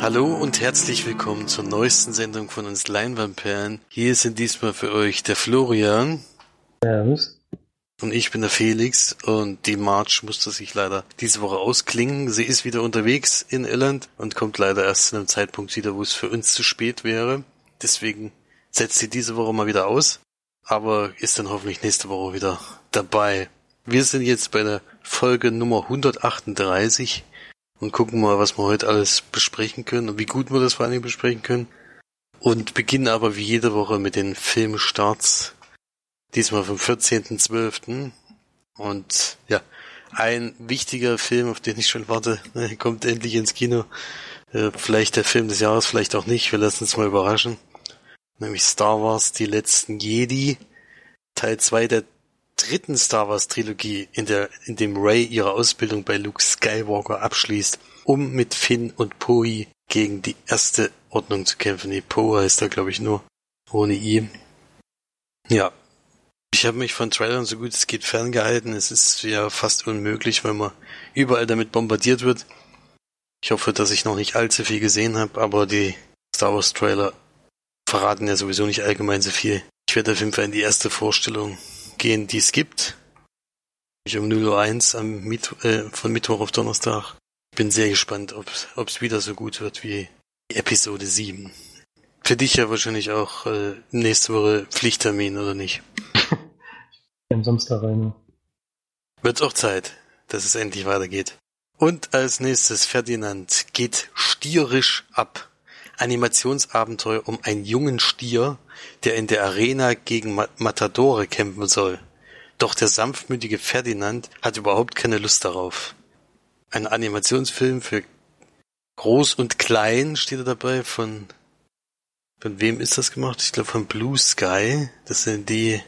Hallo und herzlich willkommen zur neuesten Sendung von uns Leinwandperlen. Hier sind diesmal für euch der Florian. Servus. Und ich bin der Felix und die Marge musste sich leider diese Woche ausklingen. Sie ist wieder unterwegs in Irland und kommt leider erst zu einem Zeitpunkt wieder, wo es für uns zu spät wäre. Deswegen setzt sie diese Woche mal wieder aus, aber ist dann hoffentlich nächste Woche wieder dabei. Wir sind jetzt bei der Folge Nummer 138 und gucken mal, was wir heute alles besprechen können und wie gut wir das vor allem besprechen können. Und beginnen aber wie jede Woche mit den Filmstarts. Diesmal vom 14.12. Und ja, ein wichtiger Film, auf den ich schon warte, kommt endlich ins Kino. Vielleicht der Film des Jahres, vielleicht auch nicht. Wir lassen uns mal überraschen. Nämlich Star Wars, die letzten Jedi. Teil 2 der dritten Star Wars Trilogie, in dem Rey ihre Ausbildung bei Luke Skywalker abschließt, um mit Finn und Poe gegen die erste Ordnung zu kämpfen. Nee, Poe heißt da, glaube ich, nur. Ohne I. Ja. Ich habe mich von Trailern so gut es geht ferngehalten. Es ist ja fast unmöglich, weil man überall damit bombardiert wird. Ich hoffe, dass ich noch nicht allzu viel gesehen habe, aber die Star Wars Trailer verraten ja sowieso nicht allgemein so viel. Ich werde auf jeden Fall in die erste Vorstellung gehen, die es gibt. Ich um 0:01 von Mittwoch auf Donnerstag. Ich bin sehr gespannt, ob es wieder so gut wird wie Episode 7. Für dich ja wahrscheinlich auch nächste Woche Pflichttermin, oder nicht? Am Samstag rein. Wird auch Zeit, dass es endlich weitergeht. Und als nächstes Ferdinand geht stierisch ab. Animationsabenteuer um einen jungen Stier, der in der Arena gegen Matadore kämpfen soll. Doch der sanftmütige Ferdinand hat überhaupt keine Lust darauf. Ein Animationsfilm für Groß und Klein steht da dabei. Von wem ist das gemacht? Ich glaube von Blue Sky. Das sind die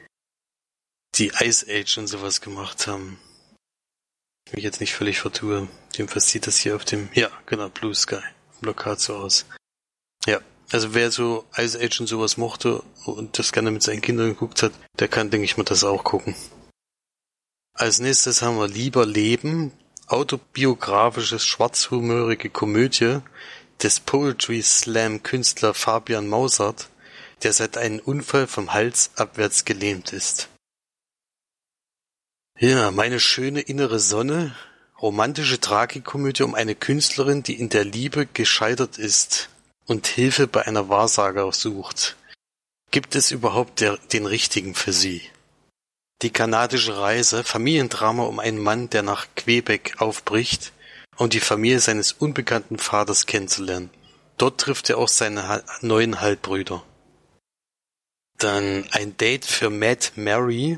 Ice Age und sowas gemacht haben. Ich mich jetzt nicht völlig vertue. Jedenfalls sieht das hier auf dem, ja, genau, Blue Sky Plakat so aus. Ja, also wer so Ice Age und sowas mochte und das gerne mit seinen Kindern geguckt hat, der kann, denke ich mal, das auch gucken. Als nächstes haben wir Lieber Leben, autobiografisches, schwarzhumorige Komödie des Poetry Slam Künstler Fabian Mausert, der seit einem Unfall vom Hals abwärts gelähmt ist. Ja, Meine schöne innere Sonne, romantische Tragikomödie um eine Künstlerin, die in der Liebe gescheitert ist und Hilfe bei einer Wahrsager sucht. Gibt es überhaupt den Richtigen für sie? Die kanadische Reise, Familiendrama um einen Mann, der nach Quebec aufbricht, um die Familie seines unbekannten Vaters kennenzulernen. Dort trifft er auch seine neuen Halbbrüder. Dann ein Date für Mad Mary,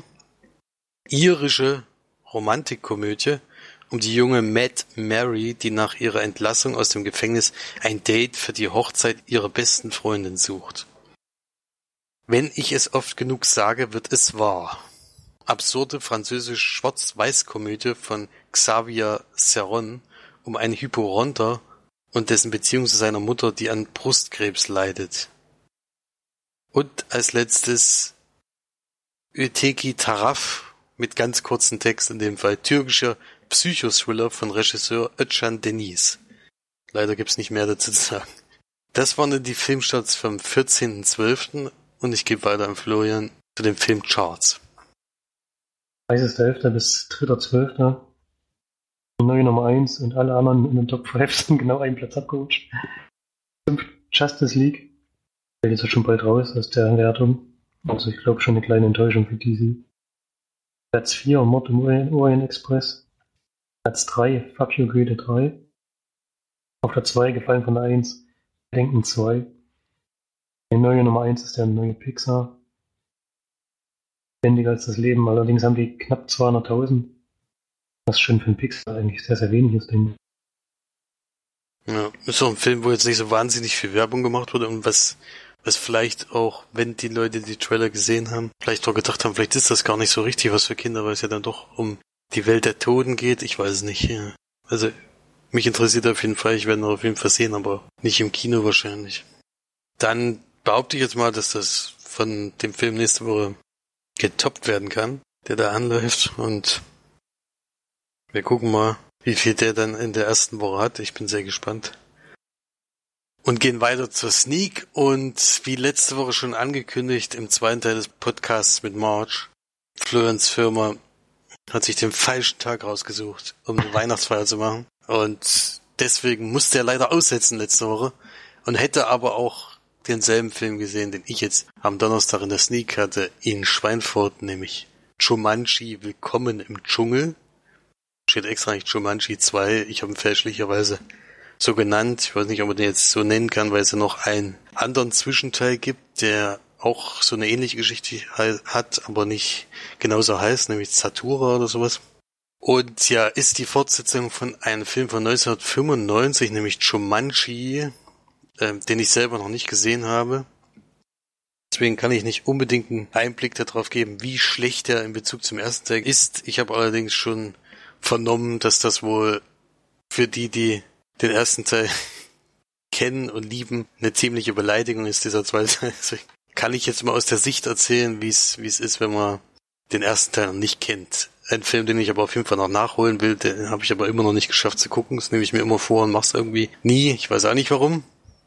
irische Romantikkomödie um die junge Mad Mary, die nach ihrer Entlassung aus dem Gefängnis ein Date für die Hochzeit ihrer besten Freundin sucht. Wenn ich es oft genug sage, wird es wahr. Absurde französische Schwarz-Weiß-Komödie von Xavier Serron um einen Hypochonder und dessen Beziehung zu seiner Mutter, die an Brustkrebs leidet. Und als letztes Öteki Taraf mit ganz kurzen Text, in dem Fall türkischer Psychothriller von Regisseur Özcan Deniz. Leider gibt's nicht mehr dazu zu sagen. Das waren dann die Filmstarts vom 14.12. und ich gebe weiter an Florian zu den Filmcharts. 30.11. bis 3.12. Neue Nummer 1 und alle anderen in den Top 5 sind genau einen Platz abgerutscht. 5 Justice League. Fällt jetzt schon bald raus aus der Wertung. Also ich glaube schon eine kleine Enttäuschung für DC. Platz 4 Mord im Orient Express. Platz 3 Fabio Goethe 3. Auf der 2 gefallen von der 1 Denken 2. Die neue Nummer 1 ist der neue Pixar. Lebendiger als das Leben. Allerdings haben die knapp 200.000. Was schon für einen Pixar eigentlich sehr, sehr wenig ist, denke ich. Ja, ist auch ein Film, wo jetzt nicht so wahnsinnig viel Werbung gemacht wurde und was vielleicht auch, wenn die Leute die Trailer gesehen haben, vielleicht auch gedacht haben, vielleicht ist das gar nicht so richtig was für Kinder, weil es ja dann doch um die Welt der Toten geht. Ich weiß es nicht. Ja. Also mich interessiert auf jeden Fall, ich werde ihn auf jeden Fall sehen, aber nicht im Kino wahrscheinlich. Dann behaupte ich jetzt mal, dass das von dem Film nächste Woche getoppt werden kann, der da anläuft, und wir gucken mal, wie viel der dann in der ersten Woche hat. Ich bin sehr gespannt. Und gehen weiter zur Sneak und wie letzte Woche schon angekündigt, im zweiten Teil des Podcasts mit Marge, Florians Firma hat sich den falschen Tag rausgesucht, um eine Weihnachtsfeier zu machen. Und deswegen musste er leider aussetzen letzte Woche und hätte aber auch denselben Film gesehen, den ich jetzt am Donnerstag in der Sneak hatte, in Schweinfurt, nämlich Jumanji, Willkommen im Dschungel. Steht extra nicht Jumanji 2, ich habe ihn fälschlicherweise so genannt. Ich weiß nicht, ob man den jetzt so nennen kann, weil es ja noch einen anderen Zwischenteil gibt, der auch so eine ähnliche Geschichte hat, aber nicht genauso heißt, nämlich Zathura oder sowas. Und ja, ist die Fortsetzung von einem Film von 1995, nämlich Jumanji, den ich selber noch nicht gesehen habe. Deswegen kann ich nicht unbedingt einen Einblick darauf geben, wie schlecht er in Bezug zum ersten Teil ist. Ich habe allerdings schon vernommen, dass das wohl für die den ersten Teil kennen und lieben, eine ziemliche Beleidigung ist, dieser zweite Teil. Deswegen kann ich jetzt mal aus der Sicht erzählen, wie es ist, wenn man den ersten Teil noch nicht kennt. Ein Film, den ich aber auf jeden Fall noch nachholen will, den habe ich aber immer noch nicht geschafft zu gucken. Das nehme ich mir immer vor und mache es irgendwie nie. Ich weiß auch nicht warum.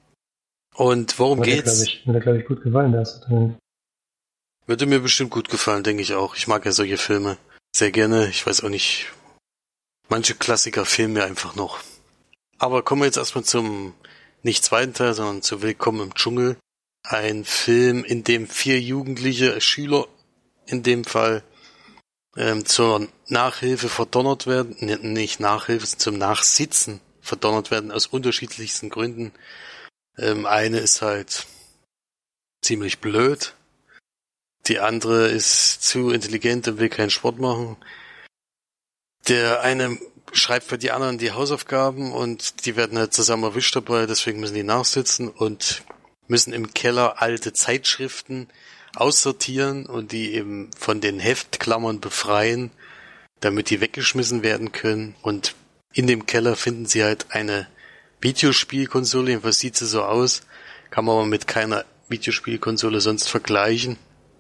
Und worum geht's? Mir glaube ich, gut gefallen, der erste Teil. Würde mir bestimmt gut gefallen, denke ich auch. Ich mag ja solche Filme sehr gerne. Ich weiß auch nicht, manche Klassiker fehlen mir einfach noch. Aber kommen wir jetzt erstmal zum nicht zweiten Teil, sondern zu Willkommen im Dschungel. Ein Film, in dem 4 jugendliche Schüler in dem Fall zur Nachhilfe verdonnert werden. Nicht Nachhilfe, zum Nachsitzen verdonnert werden aus unterschiedlichsten Gründen. Eine ist halt ziemlich blöd. Die andere ist zu intelligent und will keinen Sport machen. Der eine schreibt für die anderen die Hausaufgaben und die werden halt zusammen erwischt dabei, deswegen müssen die nachsitzen und müssen im Keller alte Zeitschriften aussortieren und die eben von den Heftklammern befreien, damit die weggeschmissen werden können. Und in dem Keller finden sie halt eine Videospielkonsole, jedenfalls sieht sie so aus, kann man aber mit keiner Videospielkonsole sonst vergleichen.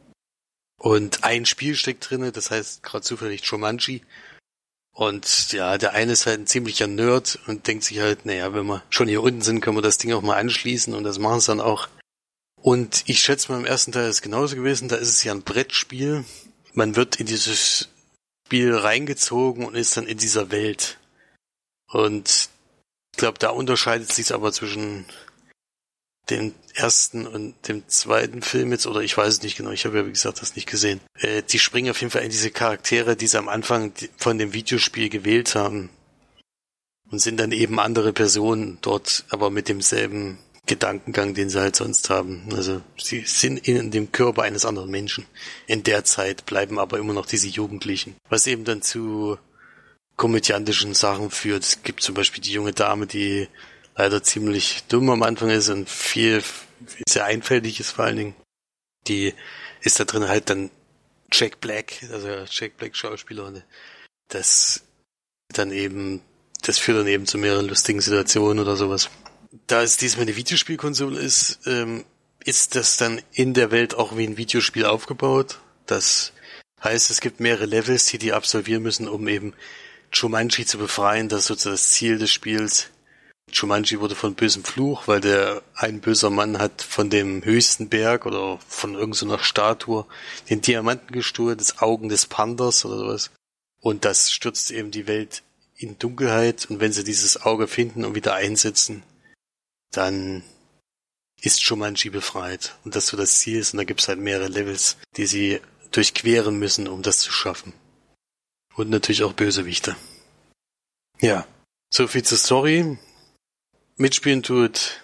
Und ein Spiel steckt drinne, das heißt gerade zufällig Jumanji. Und ja, der eine ist halt ein ziemlicher Nerd und denkt sich halt, naja, wenn wir schon hier unten sind, können wir das Ding auch mal anschließen und das machen sie dann auch. Und ich schätze mal, im ersten Teil ist es genauso gewesen, da ist es ja ein Brettspiel. Man wird in dieses Spiel reingezogen und ist dann in dieser Welt. Und ich glaube, da unterscheidet es sich aber zwischen dem ersten und dem zweiten Film jetzt, oder ich weiß es nicht genau, ich habe ja wie gesagt das nicht gesehen. Die springen auf jeden Fall in diese Charaktere, die sie am Anfang von dem Videospiel gewählt haben und sind dann eben andere Personen dort, aber mit demselben Gedankengang, den sie halt sonst haben. Also sie sind in dem Körper eines anderen Menschen. In der Zeit bleiben aber immer noch diese Jugendlichen, was eben dann zu komödiantischen Sachen führt. Es gibt zum Beispiel die junge Dame, die leider ziemlich dumm am Anfang ist und viel sehr einfältig ist vor allen Dingen. Die ist da drin halt dann Jack Black, also Jack Black Schauspieler. Das führt dann eben zu mehreren lustigen Situationen oder sowas. Da es diesmal eine Videospielkonsole ist, ist das dann in der Welt auch wie ein Videospiel aufgebaut. Das heißt, es gibt mehrere Levels, die absolvieren müssen, um eben Jumanji zu befreien. Das ist sozusagen das Ziel des Spiels. Jumanji wurde von bösem Fluch, weil ein böser Mann hat von dem höchsten Berg oder von irgendeiner Statue den Diamanten gestohlen, das Augen des Pandas oder sowas. Und das stürzt eben die Welt in Dunkelheit. Und wenn sie dieses Auge finden und wieder einsetzen, dann ist Jumanji befreit. Und das so das Ziel ist. Und da gibt es halt mehrere Levels, die sie durchqueren müssen, um das zu schaffen. Und natürlich auch Bösewichte. Ja, so viel zur Story. Mitspielen tut,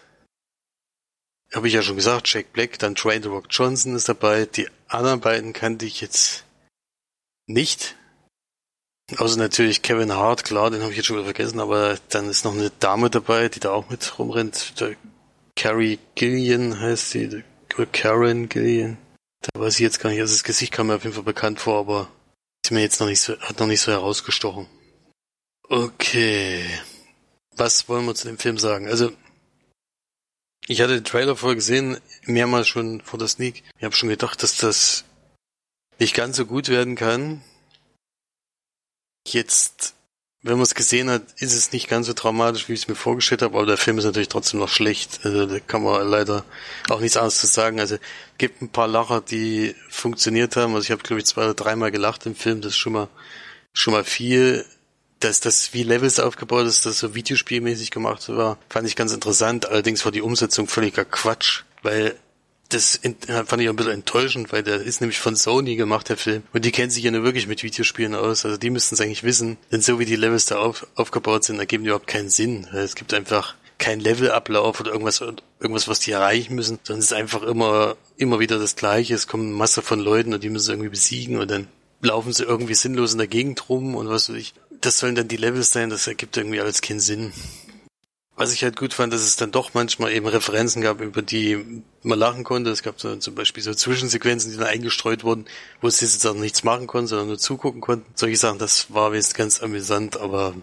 habe ich ja schon gesagt, Jack Black, dann Dwayne The Rock Johnson ist dabei. Die anderen beiden kannte ich jetzt nicht. Außer natürlich Kevin Hart, klar, den habe ich jetzt schon wieder vergessen, aber dann ist noch eine Dame dabei, die da auch mit rumrennt. Der Carrie Gillian heißt sie, oder Karen Gillian. Da weiß ich jetzt gar nicht, also das Gesicht kam mir auf jeden Fall bekannt vor, aber ist mir jetzt hat noch nicht so herausgestochen. Okay. Was wollen wir zu dem Film sagen? Also, ich hatte den Trailer vorher gesehen, mehrmals schon vor der Sneak. Ich habe schon gedacht, dass das nicht ganz so gut werden kann. Jetzt wenn man es gesehen hat, ist es nicht ganz so dramatisch, wie ich es mir vorgestellt habe, aber der Film ist natürlich trotzdem noch schlecht. Also da kann man leider auch nichts anderes zu sagen. Also gibt ein paar Lacher, die funktioniert haben. Also ich habe, glaube ich, 2 oder 3 Mal gelacht im Film. Das ist schon mal viel. Dass das wie Levels aufgebaut ist, das so videospielmäßig gemacht war, fand ich ganz interessant. Allerdings war die Umsetzung völliger Quatsch, weil das fand ich auch ein bisschen enttäuschend, weil der ist nämlich von Sony gemacht, der Film. Und die kennen sich ja nur wirklich mit Videospielen aus. Also die müssten es eigentlich wissen. Denn so wie die Levels da aufgebaut sind, ergeben die überhaupt keinen Sinn. Es gibt einfach keinen Levelablauf oder irgendwas, was die erreichen müssen, sondern es ist einfach immer wieder das Gleiche. Es kommen eine Masse von Leuten und die müssen sie irgendwie besiegen und dann laufen sie irgendwie sinnlos in der Gegend rum und was weiß ich. Das sollen dann die Levels sein, das ergibt irgendwie alles keinen Sinn. Was ich halt gut fand, dass es dann doch manchmal eben Referenzen gab, über die man lachen konnte. Es gab so, zum Beispiel so Zwischensequenzen, die dann eingestreut wurden, wo sie jetzt auch nichts machen konnten, sondern nur zugucken konnten. Solche Sachen, das war jetzt ganz amüsant, aber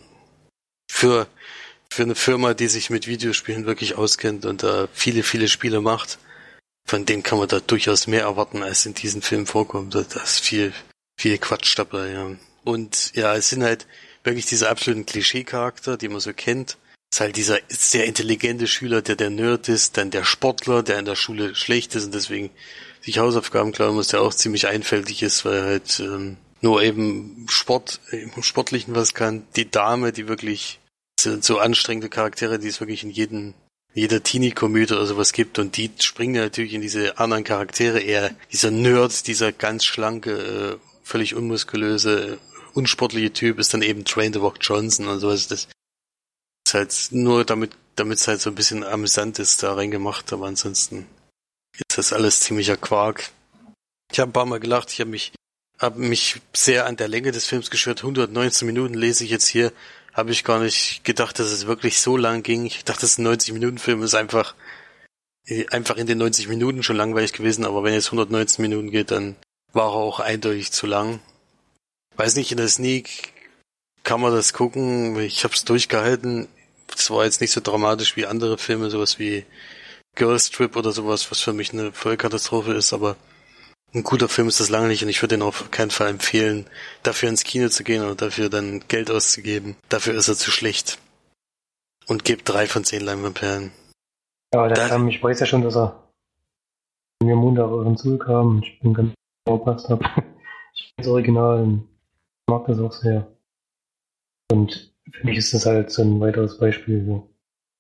für eine Firma, die sich mit Videospielen wirklich auskennt und da viele, viele Spiele macht, von denen kann man da durchaus mehr erwarten, als in diesem Film vorkommt. Da ist viel Quatsch dabei, ja. Und ja, es sind halt wirklich diese absoluten Klischee-Charakter, die man so kennt. Es ist halt dieser sehr intelligente Schüler, der Nerd ist, dann der Sportler, der in der Schule schlecht ist und deswegen sich Hausaufgaben klauen muss, der auch ziemlich einfältig ist, weil er halt nur eben im Sportlichen was kann. Die Dame, die wirklich so anstrengende Charaktere, die es wirklich in jeder Teenie-Komödie oder sowas gibt und die springen natürlich in diese anderen Charaktere eher. Dieser Nerd, dieser ganz schlanke, völlig unmuskulöse, unsportliche Typ ist dann eben Dwayne The Rock Johnson und sowas. Das ist halt nur damit es halt so ein bisschen amüsant ist, da reingemacht, aber ansonsten ist das alles ziemlicher Quark. Ich habe ein paar Mal gelacht, ich habe mich sehr an der Länge des Films gestört. 119 Minuten lese ich jetzt hier. Habe ich gar nicht gedacht, dass es wirklich so lang ging. Ich dachte, das ist ein 90-Minuten-Film, ist einfach in den 90 Minuten schon langweilig gewesen, aber wenn jetzt 119 Minuten geht, dann war er auch eindeutig zu lang. Weiß nicht, in der Sneak kann man das gucken. Ich habe es durchgehalten. Es war jetzt nicht so dramatisch wie andere Filme, sowas wie Girls Trip oder sowas, was für mich eine Vollkatastrophe ist, aber ein guter Film ist das lange nicht und ich würde den auf keinen Fall empfehlen, dafür ins Kino zu gehen oder dafür dann Geld auszugeben. Dafür ist er zu schlecht. Und gebt 3 von 10 Leinwandperlen. Ja, ich weiß ja schon, dass er mir Montag auf euren Zug kam und ich bin ganz aufgepasst habe. Ich bin das Original und mag das auch sehr. Und für mich ist das halt so ein weiteres Beispiel so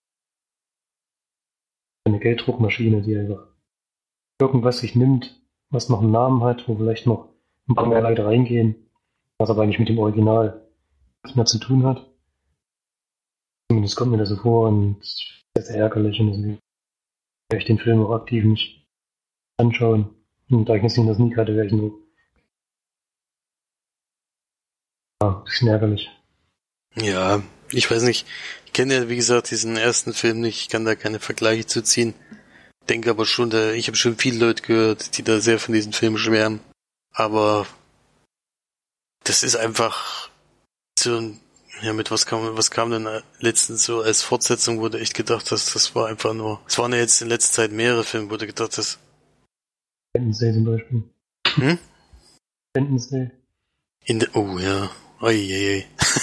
eine Gelddruckmaschine, die einfach irgendwas sich nimmt, was noch einen Namen hat, wo vielleicht noch ein paar mehr Leute reingehen, was aber eigentlich mit dem Original nichts mehr zu tun hat. Zumindest kommt mir das so vor und das ist sehr ärgerlich und deswegen werde ich den Film auch aktiv nicht anschauen. Und da ich jetzt nicht das nie hatte, wäre ich nur ein bisschen ärgerlich. Ja, ich weiß nicht. Ich kenne ja, wie gesagt, diesen ersten Film nicht. Ich kann da keine Vergleiche zu ziehen. Denke aber schon, ich habe schon viele Leute gehört, die da sehr von diesem Film schwärmen. Aber das ist einfach so ein, ja, mit was kam denn letztens so als Fortsetzung, wo du echt gedacht hast, das war einfach nur, es waren ja jetzt in letzter Zeit mehrere Filme, wo du gedacht hast. Independence Day zum Beispiel. Independence Day. Oh ja. Oieiei.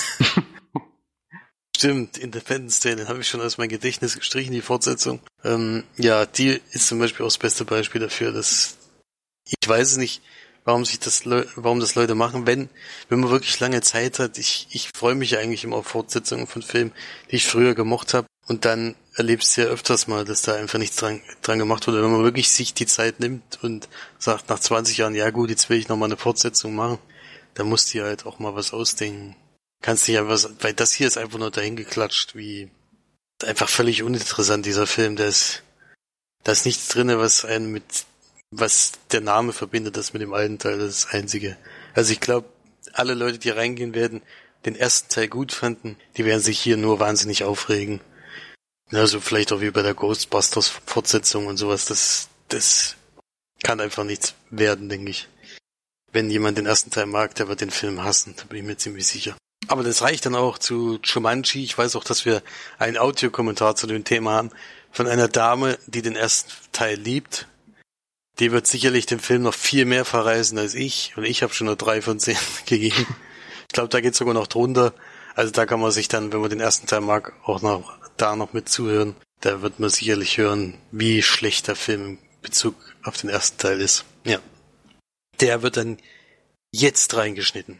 Stimmt, Independence Day, den habe ich schon aus meinem Gedächtnis gestrichen, die Fortsetzung. Ja, die ist zum Beispiel auch das beste Beispiel dafür, dass ich weiß nicht, warum das Leute machen, wenn man wirklich lange Zeit hat. Ich freue mich eigentlich immer auf Fortsetzungen von Filmen, die ich früher gemocht habe. Und dann erlebst du ja öfters mal, dass da einfach nichts dran gemacht wurde. Wenn man wirklich sich die Zeit nimmt und sagt nach 20 Jahren, ja gut, jetzt will ich nochmal eine Fortsetzung machen, dann musst du dir halt auch mal was ausdenken. Kannst nicht einfach, weil das hier ist einfach nur dahin geklatscht, wie einfach völlig uninteressant, dieser Film. Da ist nichts drinne, was der Name verbindet, das mit dem alten Teil, das ist das Einzige. Also ich glaube, alle Leute, die reingehen werden, den ersten Teil gut fanden, die werden sich hier nur wahnsinnig aufregen. Also vielleicht auch wie bei der Ghostbusters Fortsetzung und sowas, das kann einfach nichts werden, denke ich. Wenn jemand den ersten Teil mag, der wird den Film hassen, da bin ich mir ziemlich sicher. Aber das reicht dann auch zu Jumanji. Ich weiß auch, dass wir einen Audiokommentar zu dem Thema haben von einer Dame, die den ersten Teil liebt. Die wird sicherlich den Film noch viel mehr verreisen als ich. Und ich habe schon nur 3 von 10 gegeben. Ich glaube, da geht's sogar noch drunter. Also da kann man sich dann, wenn man den ersten Teil mag, auch noch mit zuhören. Da wird man sicherlich hören, wie schlecht der Film in Bezug auf den ersten Teil ist. Ja. Der wird dann jetzt reingeschnitten.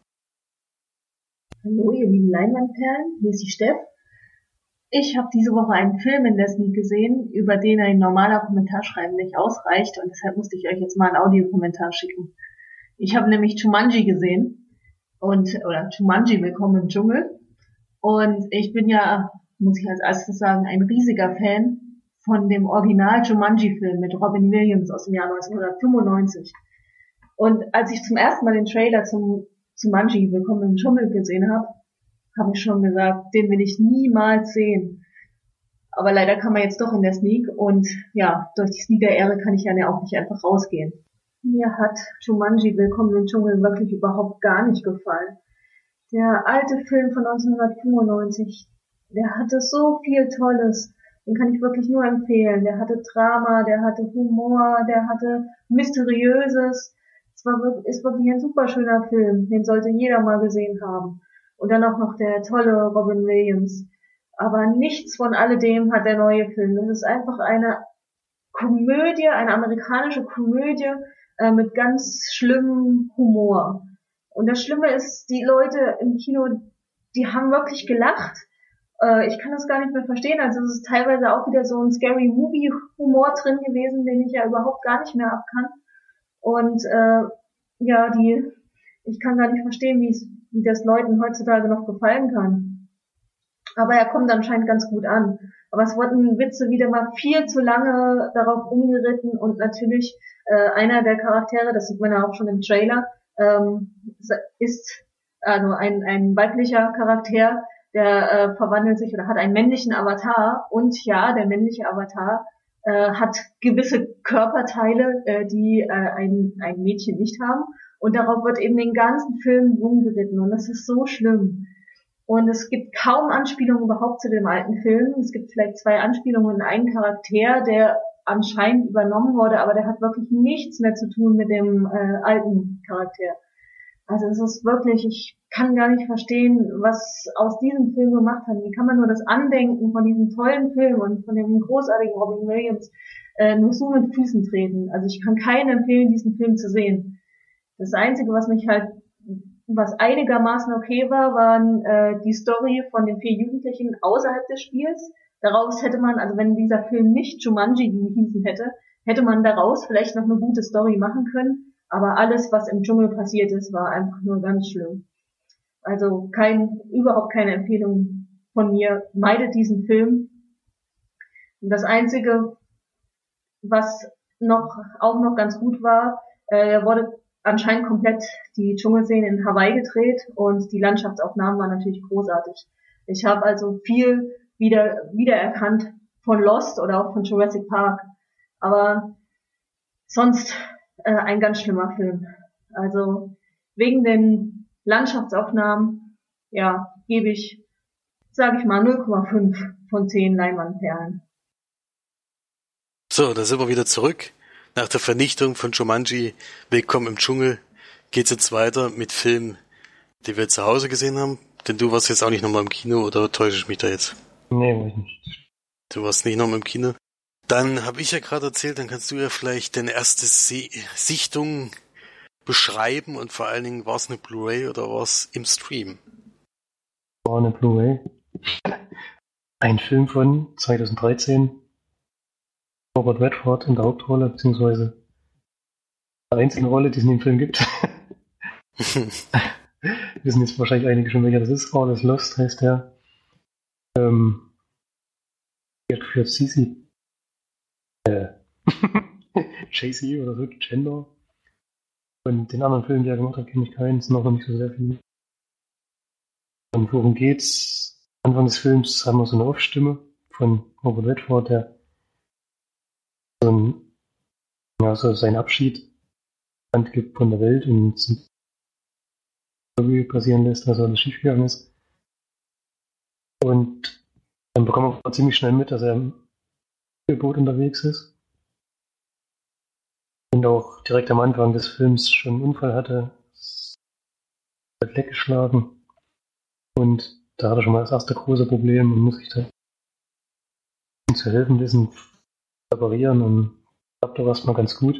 Hallo, ihr lieben Leinwandperlen, hier ist die Steff. Ich habe diese Woche einen Film in der Sneak gesehen, über den ein normaler Kommentarschreiben nicht ausreicht und deshalb musste ich euch jetzt mal einen Audiokommentar schicken. Ich habe nämlich Jumanji gesehen oder Jumanji Willkommen im Dschungel und ich bin ja, muss ich als erstes sagen, ein riesiger Fan von dem Original Jumanji-Film mit Robin Williams aus dem Jahr 1995. Und als ich zum ersten Mal den Trailer zum Jumanji Willkommen im Dschungel gesehen habe ich schon gesagt, den will ich niemals sehen. Aber leider kam er jetzt doch in der Sneak und ja, durch die Sneaker-Ehre kann ich ja auch nicht einfach rausgehen. Mir hat Jumanji Willkommen im Dschungel wirklich überhaupt gar nicht gefallen. Der alte Film von 1995, der hatte so viel Tolles. Den kann ich wirklich nur empfehlen. Der hatte Drama, der hatte Humor, der hatte Mysteriöses. Ist wirklich ein super schöner Film. Den sollte jeder mal gesehen haben. Und dann auch noch der tolle Robin Williams. Aber nichts von alledem hat der neue Film. Das ist einfach eine Komödie, eine amerikanische Komödie mit ganz schlimmem Humor. Und das Schlimme ist, die Leute im Kino, die haben wirklich gelacht. Ich kann das gar nicht mehr verstehen. Also es ist teilweise auch wieder so ein Scary Movie Humor drin gewesen, den ich ja überhaupt gar nicht mehr abkann. Und ich kann gar nicht verstehen, wie das Leuten heutzutage noch gefallen kann. Aber er kommt anscheinend ganz gut an. Aber es wurden Witze wieder mal viel zu lange darauf umgeritten und natürlich einer der Charaktere, das sieht man ja auch schon im Trailer, ist also ein weiblicher Charakter, der verwandelt sich oder hat einen männlichen Avatar und ja, der männliche Avatar hat gewisse Körperteile, die ein Mädchen nicht haben. Und darauf wird eben den ganzen Film rumgeritten. Und das ist so schlimm. Und es gibt kaum Anspielungen überhaupt zu dem alten Film. Es gibt vielleicht 2 Anspielungen in einen Charakter, der anscheinend übernommen wurde, aber der hat wirklich nichts mehr zu tun mit dem alten Charakter. Also es ist wirklich, ich kann gar nicht verstehen, was aus diesem Film gemacht haben. Wie kann man nur das Andenken von diesem tollen Film und von dem großartigen Robin Williams nur so mit Füßen treten? Also ich kann keinen empfehlen, diesen Film zu sehen. Das Einzige, was einigermaßen okay war die Story von den 4 Jugendlichen außerhalb des Spiels. Daraus hätte man, also wenn dieser Film nicht Jumanji gehießen hätte man daraus vielleicht noch eine gute Story machen können. Aber alles, was im Dschungel passiert ist, war einfach nur ganz schlimm. Also überhaupt keine Empfehlung von mir. Meidet diesen Film. Und das Einzige, was auch noch ganz gut war, wurde anscheinend komplett die Dschungelszene in Hawaii gedreht und die Landschaftsaufnahmen waren natürlich großartig. Ich habe also viel wiedererkannt von Lost oder auch von Jurassic Park. Aber sonst ein ganz schlimmer Film. Also wegen den Landschaftsaufnahmen, ja, gebe ich, sage ich mal, 0,5 von 10 Leinwandperlen. So, da sind wir wieder zurück. Nach der Vernichtung von Jumanji Willkommen im Dschungel geht's jetzt weiter mit Filmen, die wir zu Hause gesehen haben. Denn du warst jetzt auch nicht nochmal im Kino, oder täusche ich mich da jetzt? Nee, weiß nicht. Du warst nicht nochmal im Kino. Dann habe ich ja gerade erzählt, dann kannst du ja vielleicht deine erste Sichtung beschreiben und vor allen Dingen, war es eine Blu-ray oder war es im Stream? War eine Blu-ray. Ein Film von 2013. Robert Redford in der Hauptrolle, beziehungsweise der einzigen Rolle, die es in dem Film gibt. Wissen jetzt wahrscheinlich einige schon, welcher das ist. All is Lost heißt der. Für Cici. JC oder so, Gender. Und den anderen Film, die er gemacht hat, kenne ich keinen. Es sind auch noch nicht so sehr viele. Und worum geht's? Anfang des Films haben wir so eine Off-Stimme von Robert Redford, der so seinen Abschied gibt von der Welt und Revue passieren lässt, was alles schiefgegangen ist. Und dann bekommen wir ziemlich schnell mit, dass er im Boot unterwegs ist. Und auch direkt am Anfang des Films schon einen Unfall hatte. Ist weggeschlagen. Und da hat er schon mal das erste große Problem und muss sich da zu helfen wissen, reparieren und klappt doch erstmal ganz gut.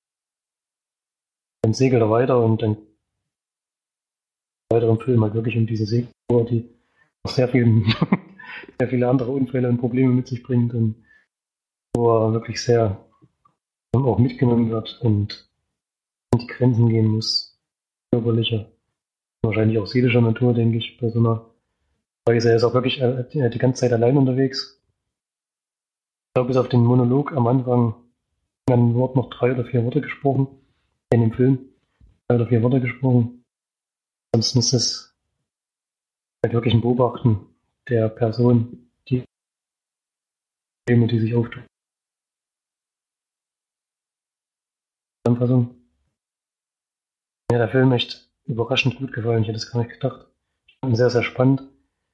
Dann segelt er weiter und dann weiteren Film halt wirklich um diese Segeltour, die auch sehr viele andere Unfälle und Probleme mit sich bringt und wo er wirklich sehr auch mitgenommen wird und an die Grenzen gehen muss, körperlicher, wahrscheinlich auch seelischer Natur, denke ich, bei so einer Reise. Er ist auch wirklich die ganze Zeit allein unterwegs. Ich glaube, bis auf den Monolog am Anfang werden Wort noch 3 oder 4 Worte gesprochen, in dem Film 3 oder 4 Worte gesprochen. Ansonsten ist es halt wirklich ein Beobachten der Person, die Probleme, die sich auftun. Zusammenfassung. Mir hat der Film echt überraschend gut gefallen. Ich hätte es gar nicht gedacht. Ich fand ihn sehr, sehr spannend.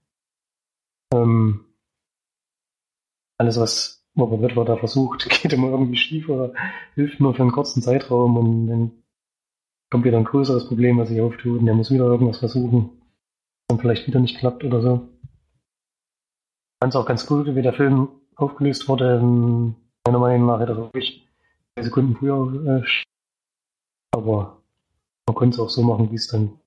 Alles, was Robert Redford da versucht, geht immer irgendwie schief oder hilft nur für einen kurzen Zeitraum und dann kommt wieder ein größeres Problem, was sich auftut und er muss wieder irgendwas versuchen, dann vielleicht wieder nicht klappt oder so. Ich fand es auch ganz gut, wie der Film aufgelöst wurde. Meiner Meinung nach hätte er wirklich 2 Sekunden früher aber man konnte es auch so machen, wie es dann.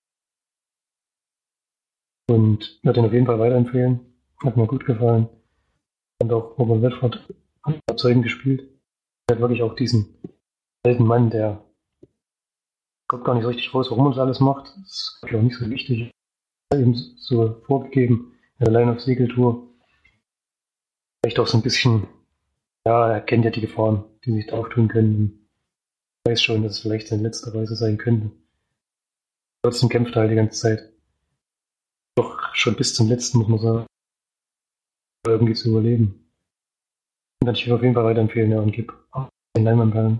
Und ich würde ihn auf jeden Fall weiterempfehlen. Hat mir gut gefallen. Und auch Robert Redford hat überzeugend gespielt. Er hat wirklich auch diesen alten Mann, der kommt gar nicht so richtig raus, warum er das alles macht. Das ist auch nicht so wichtig. Er hat ihm so vorgegeben, allein auf Segeltour. Vielleicht auch so ein bisschen, ja, er kennt ja die Gefahren, die sich da auftun können. Ich weiß schon, dass es vielleicht seine letzte Reise sein könnte. Trotzdem kämpft er halt die ganze Zeit. Doch schon bis zum letzten, muss man sagen, irgendwie zu überleben. Und kann ich auf jeden Fall weiterempfehlen, ja, und gib den Leinwandperlen.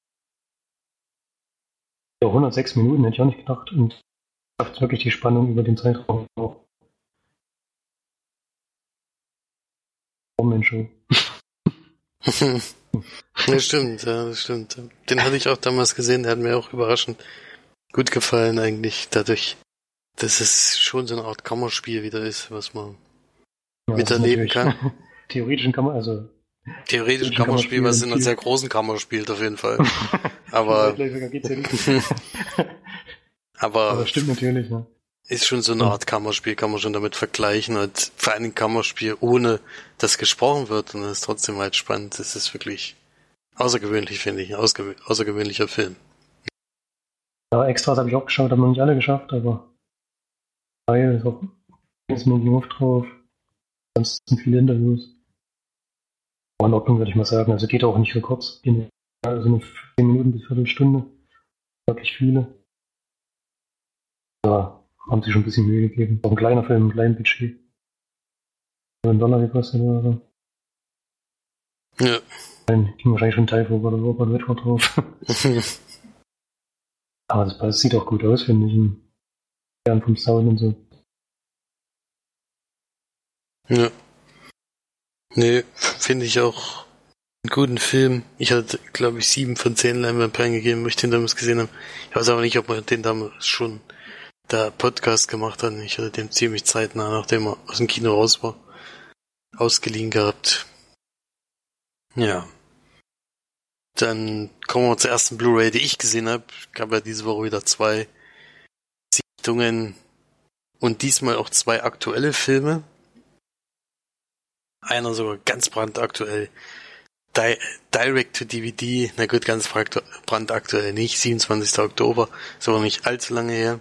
Ja, 106 Minuten hätte ich auch nicht gedacht und schafft wirklich die Spannung über den Zeitraum auch. Show. Das stimmt, ja, das stimmt. Den hatte ich auch damals gesehen, der hat mir auch überraschend gut gefallen eigentlich, dadurch, dass es schon so eine Art Kammerspiel wieder ist, was man miterleben kann. Theoretisch kann man, also theoretisch Kammerspiel, was in einer sehr großen Kammer spielt, auf jeden Fall. Aber geht's ja nicht. Aber das stimmt natürlich, ne? Ist schon so eine Art Kammerspiel, kann man schon damit vergleichen, und vor allem ein Kammerspiel, ohne dass gesprochen wird, und das ist trotzdem halt spannend. Das ist wirklich außergewöhnlich, finde ich, ein außergewöhnlicher Film. Ja, Extras habe ich auch geschaut, haben wir nicht alle geschafft, aber Teil ist auch jetzt nur Making-of drauf. Ansonsten viele Interviews. Aber in Ordnung, würde ich mal sagen. Also geht auch nicht so kurz. Also nur 10 Minuten bis Viertelstunde. Wirklich viele. Ja, haben sie schon ein bisschen Mühe gegeben. Auch ein kleiner Film, ein kleines Budget. $1 gekostet oder so. Ja. Dann ging wahrscheinlich schon ein Teil vor Robert Redford drauf. Aber das sieht auch gut aus, finde ich. Gern vom Sound und so. Ja. Nee, finde ich auch einen guten Film. Ich hatte, glaube ich, 7 von 10 Leinwandperlen gegeben, wo ich den damals gesehen habe. Ich weiß aber nicht, ob wir den damals schon da Podcast gemacht hatten. Ich hatte den ziemlich zeitnah, nachdem er aus dem Kino raus war, ausgeliehen gehabt. Ja. Dann kommen wir zur ersten Blu-ray, die ich gesehen habe. Ich habe ja diese Woche wieder 2 Sichtungen und diesmal auch 2 aktuelle Filme. Einer sogar ganz brandaktuell. Direct to DVD, na gut, ganz brandaktuell nicht. 27. Oktober, ist aber nicht allzu lange her.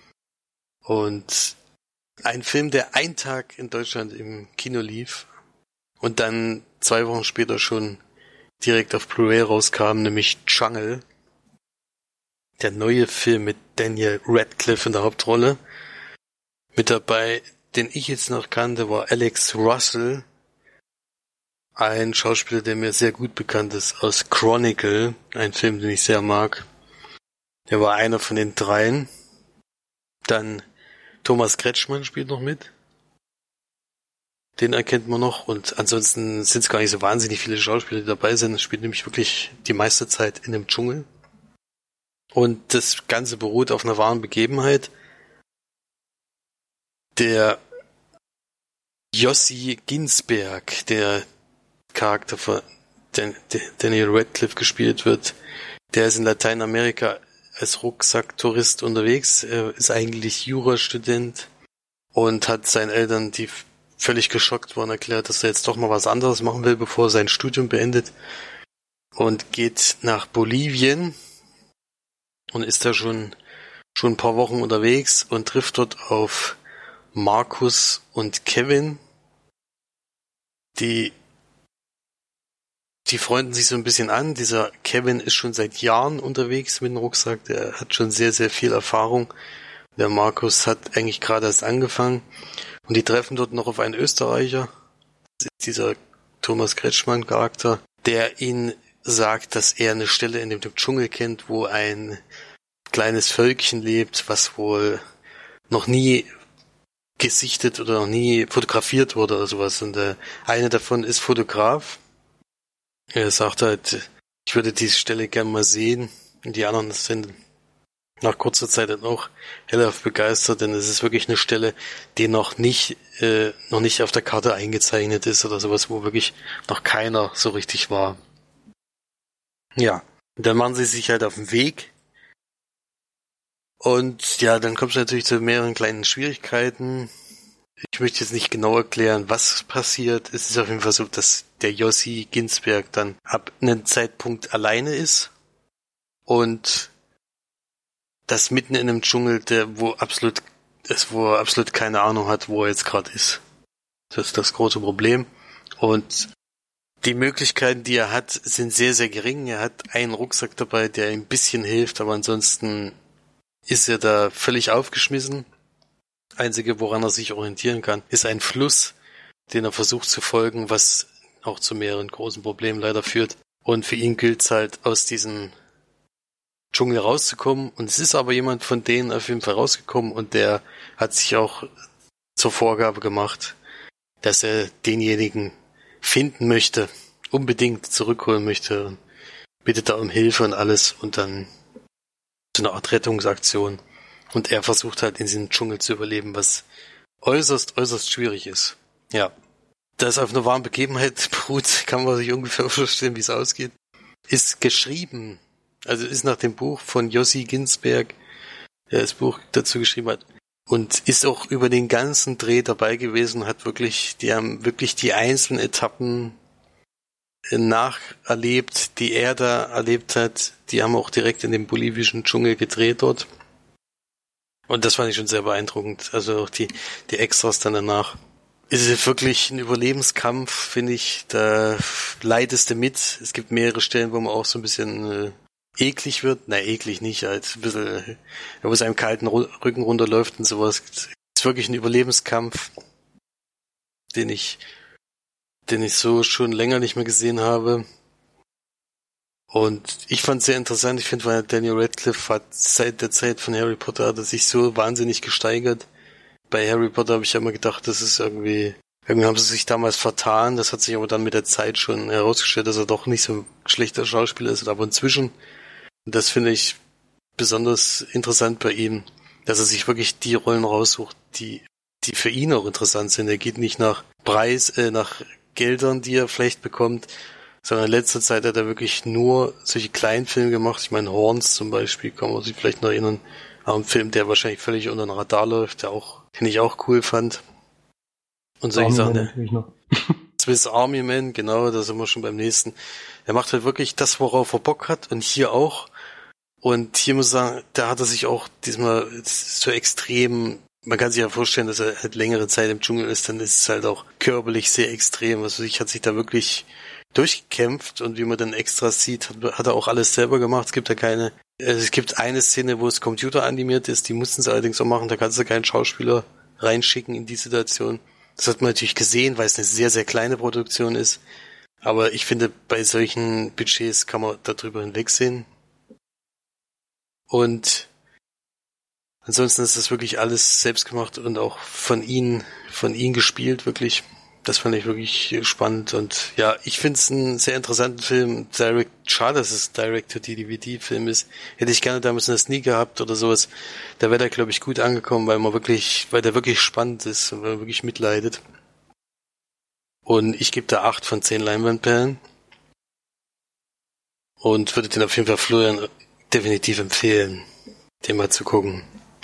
Und ein Film, der einen Tag in Deutschland im Kino lief und dann 2 Wochen später schon direkt auf Blu-ray rauskam, nämlich Jungle. Der neue Film mit Daniel Radcliffe in der Hauptrolle. Mit dabei, den ich jetzt noch kannte, war Alex Russell. Ein Schauspieler, der mir sehr gut bekannt ist, aus Chronicle. Ein Film, den ich sehr mag. Der war einer von den 3. Dann Thomas Kretschmann spielt noch mit. Den erkennt man noch. Und ansonsten sind es gar nicht so wahnsinnig viele Schauspieler, die dabei sind. Es spielt nämlich wirklich die meiste Zeit in dem Dschungel. Und das Ganze beruht auf einer wahren Begebenheit. Der Jossi Ginsberg, der Charakter von Daniel Radcliffe gespielt wird, der ist in Lateinamerika als Rucksacktourist unterwegs. Er ist eigentlich Jurastudent und hat seinen Eltern, die völlig geschockt waren, erklärt, dass er jetzt doch mal was anderes machen will, bevor er sein Studium beendet, und geht nach Bolivien und ist da schon ein paar Wochen unterwegs und trifft dort auf Markus und Kevin. Die freunden sich so ein bisschen an. Dieser Kevin ist schon seit Jahren unterwegs mit dem Rucksack. Der hat schon sehr, sehr viel Erfahrung. Der Markus hat eigentlich gerade erst angefangen. Und die treffen dort noch auf einen Österreicher. Das ist dieser Thomas Kretschmann-Charakter, der ihnen sagt, dass er eine Stelle in dem Dschungel kennt, wo ein kleines Völkchen lebt, was wohl noch nie gesichtet oder noch nie fotografiert wurde oder sowas. Und eine davon ist Fotograf. Er sagt halt, ich würde diese Stelle gerne mal sehen. Und die anderen sind nach kurzer Zeit dann auch hellauf begeistert, denn es ist wirklich eine Stelle, die noch nicht auf der Karte eingezeichnet ist oder sowas, wo wirklich noch keiner so richtig war. Ja, und dann machen sie sich halt auf den Weg. Und ja, dann kommt es natürlich zu mehreren kleinen Schwierigkeiten. Ich möchte jetzt nicht genau erklären, was passiert. Es ist auf jeden Fall so, dass der Jossi Ginsberg dann ab einem Zeitpunkt alleine ist und das mitten in einem Dschungel, wo er absolut keine Ahnung hat, wo er jetzt gerade ist. Das ist das große Problem. Und die Möglichkeiten, die er hat, sind sehr, sehr gering. Er hat einen Rucksack dabei, der ihm ein bisschen hilft, aber ansonsten ist er da völlig aufgeschmissen. Einzige, woran er sich orientieren kann, ist ein Fluss, den er versucht zu folgen, was auch zu mehreren großen Problemen leider führt. Und für ihn gilt es halt, aus diesem Dschungel rauszukommen. Und es ist aber jemand von denen auf jeden Fall rausgekommen und der hat sich auch zur Vorgabe gemacht, dass er denjenigen finden möchte, unbedingt zurückholen möchte und bittet da um Hilfe und alles und dann so eine Art Rettungsaktion. Und er versucht halt in diesem Dschungel zu überleben, was äußerst, äußerst schwierig ist. Ja. Da es auf eine wahre Begebenheit beruht, kann man sich ungefähr vorstellen, wie es ausgeht. Ist geschrieben, also ist nach dem Buch von Jossi Ginsberg, der das Buch dazu geschrieben hat. Und ist auch über den ganzen Dreh dabei gewesen, die haben wirklich die einzelnen Etappen nacherlebt, die er da erlebt hat. Die haben auch direkt in dem bolivischen Dschungel gedreht dort. Und das fand ich schon sehr beeindruckend. Also auch die Extras dann danach. Es ist wirklich ein Überlebenskampf, finde ich. Da leidest du mit. Es gibt mehrere Stellen, wo man auch so ein bisschen eklig wird. Nein, eklig nicht, halt ein bisschen, wo es einem kalten Rücken runterläuft und sowas. Es ist wirklich ein Überlebenskampf, den ich so schon länger nicht mehr gesehen habe. Und ich fand es sehr interessant. Ich finde, weil Daniel Radcliffe hat seit der Zeit von Harry Potter hat er sich so wahnsinnig gesteigert. Bei Harry Potter habe ich ja immer gedacht, das ist irgendwie haben sie sich damals vertan. Das hat sich aber dann mit der Zeit schon herausgestellt, dass er doch nicht so ein schlechter Schauspieler ist. Aber inzwischen, und das finde ich besonders interessant bei ihm, dass er sich wirklich die Rollen raussucht, die für ihn auch interessant sind. Er geht nicht nach nach Geldern, die er vielleicht bekommt, sondern in letzter Zeit hat er wirklich nur solche kleinen Filme gemacht. Ich meine, Horns zum Beispiel, kann man sich vielleicht noch erinnern, an einen Film, der wahrscheinlich völlig unter den Radar läuft, den ich auch cool fand. Und solche Sachen. Swiss Army Man, genau, da sind wir schon beim nächsten. Er macht halt wirklich das, worauf er Bock hat und hier auch. Und hier muss ich sagen, da hat er sich auch diesmal so extrem, man kann sich ja vorstellen, dass er halt längere Zeit im Dschungel ist, dann ist es halt auch körperlich sehr extrem. Also ich hat sich da wirklich durchgekämpft und wie man dann Extras sieht, hat er auch alles selber gemacht. Es gibt eine Szene, wo es computeranimiert ist, die mussten sie allerdings auch machen, da kannst du keinen Schauspieler reinschicken in die Situation. Das hat man natürlich gesehen, weil es eine sehr, sehr kleine Produktion ist. Aber ich finde, bei solchen Budgets kann man darüber hinwegsehen. Und ansonsten ist das wirklich alles selbst gemacht und auch von ihnen gespielt, wirklich. Das fand ich wirklich spannend und ja, ich finde es einen sehr interessanten Film. Schade, dass es Direct-to-DVD-Film ist. Hätte ich gerne damals eine Sneak gehabt oder sowas. Da wäre der, glaube ich, gut angekommen, weil der wirklich spannend ist und weil man wirklich mitleidet. Und ich gebe da 8 von 10 Leinwandperlen. Und würde den auf jeden Fall Florian definitiv empfehlen, den mal zu gucken.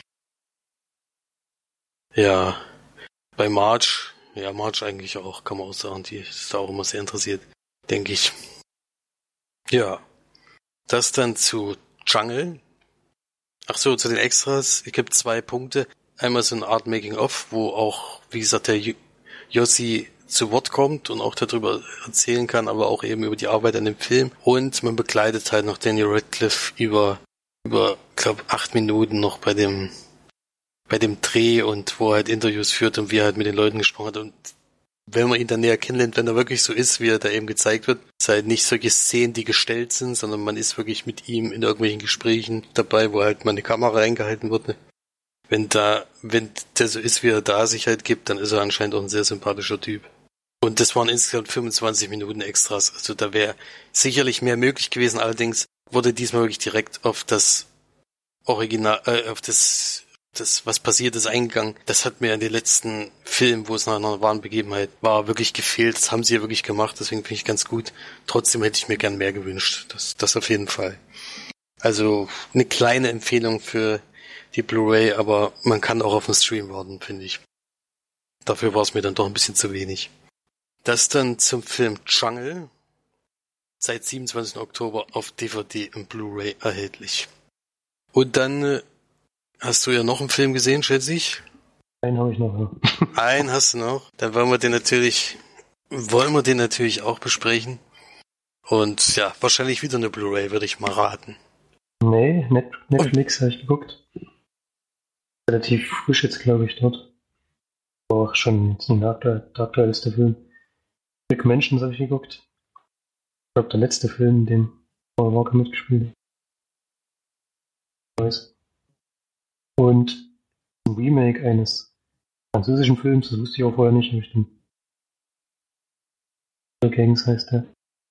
Ja, bei Marge eigentlich auch, kann man auch sagen, die ist da auch immer sehr interessiert, denke ich. Ja, das dann zu Jungle. Ach so, zu den Extras. Es gibt 2 Punkte. Einmal so eine Art Making-of, wo auch, wie gesagt, der Yossi zu Wort kommt und auch darüber erzählen kann, aber auch eben über die Arbeit an dem Film. Und man begleitet halt noch Daniel Radcliffe über, glaube 8 Minuten noch bei dem Dreh und wo er halt Interviews führt und wie er halt mit den Leuten gesprochen hat. Und wenn man ihn dann näher kennenlernt, wenn er wirklich so ist, wie er da eben gezeigt wird, ist halt nicht solche Szenen, die gestellt sind, sondern man ist wirklich mit ihm in irgendwelchen Gesprächen dabei, wo halt mal eine Kamera eingehalten wird. Wenn der so ist, wie er da sich halt gibt, dann ist er anscheinend auch ein sehr sympathischer Typ. Und das waren insgesamt 25 Minuten Extras. Also da wäre sicherlich mehr möglich gewesen. Allerdings wurde diesmal wirklich direkt auf das Original, auf das was passiert ist, eingegangen. Das hat mir in den letzten Filmen, wo es nach einer wahren Begebenheit war, wirklich gefehlt. Das haben sie ja wirklich gemacht. Deswegen finde ich ganz gut. Trotzdem hätte ich mir gern mehr gewünscht. Das auf jeden Fall. Also eine kleine Empfehlung für die Blu-ray, aber man kann auch auf den Stream warten, finde ich. Dafür war es mir dann doch ein bisschen zu wenig. Das dann zum Film Jungle. Seit 27. Oktober auf DVD und Blu-ray erhältlich. Und dann hast du ja noch einen Film gesehen, schätze ich? Einen habe ich noch, ja. Einen hast du noch. Dann wollen wir den natürlich auch besprechen. Und ja, wahrscheinlich wieder eine Blu-ray, würde ich mal raten. Nee, Netflix habe ich geguckt. Relativ frisch jetzt, glaube ich, dort. War auch schon jetzt nicht der aktuellste Film. Big Mentions habe ich geguckt. Ich glaube, der letzte Film, den Paul Walker mitgespielt hat. Und ein Remake eines französischen Films, das wusste ich auch vorher nicht, habe ich den Gangs heißt der.